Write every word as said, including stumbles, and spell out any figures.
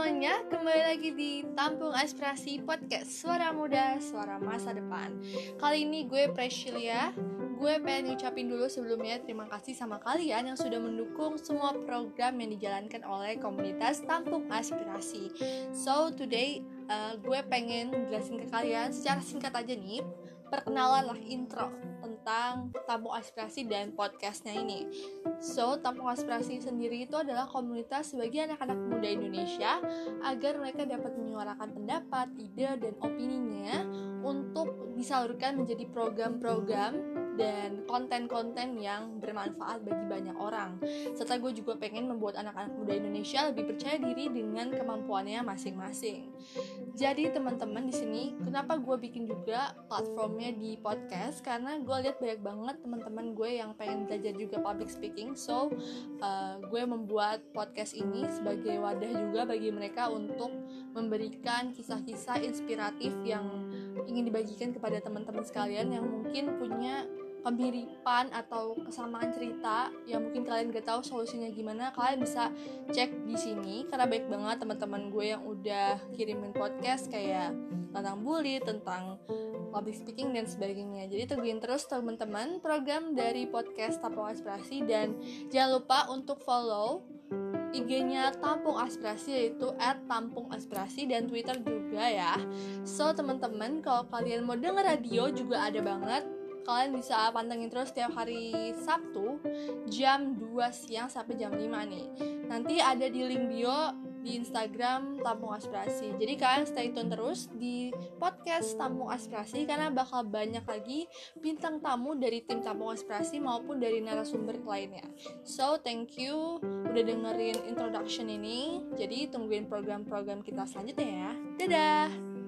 semuanya, kembali lagi di Tampung Aspirasi Podcast Suara Muda, Suara Masa Depan. Kali ini gue Priscilia. Gue pengen ngucapin dulu sebelumnya terima kasih sama kalian yang sudah mendukung semua program yang dijalankan oleh komunitas Tampung Aspirasi. So today uh, gue pengen jelasin ke kalian secara singkat aja nih, perkenalan lah, intro tentang Tampung Aspirasi dan podcastnya ini. So, Tampung Aspirasi sendiri itu adalah komunitas bagi anak-anak muda Indonesia agar mereka dapat menyuarakan pendapat, ide, dan opininya untuk disalurkan menjadi program-program dan konten-konten yang bermanfaat bagi banyak orang. Serta gue juga pengen membuat anak-anak muda Indonesia lebih percaya diri dengan kemampuannya masing-masing. Jadi teman-teman di sini, kenapa gue bikin juga platformnya di podcast? Karena gue lihat banyak banget teman-teman gue yang pengen belajar juga public speaking. So, uh, gue membuat podcast ini sebagai wadah juga bagi mereka untuk memberikan kisah-kisah inspiratif yang ingin dibagikan kepada teman-teman sekalian yang mungkin punya kemiripan atau kesamaan cerita yang mungkin kalian gak tahu solusinya gimana. Kalian bisa cek di sini karena baik banget teman-teman gue yang udah kirimin podcast kayak tentang bully, tentang public speaking dan sebagainya. Jadi tungguin terus teman-teman program dari podcast Tampung Aspirasi, dan jangan lupa untuk follow I G-nya Tampung Aspirasi yaitu at tampung aspirasi, dan Twitter juga ya. So teman-teman, kalau kalian mau denger radio juga ada banget. Kalian bisa pantengin terus setiap hari Sabtu jam dua siang sampai jam lima nih. Nanti ada di link bio di Instagram Tampung Aspirasi. Jadi kalian stay tune terus di podcast Tampung Aspirasi karena bakal banyak lagi bintang tamu dari tim Tampung Aspirasi maupun dari narasumber lainnya. So thank you udah dengerin introduction ini. Jadi tungguin program-program kita selanjutnya ya. Dadah.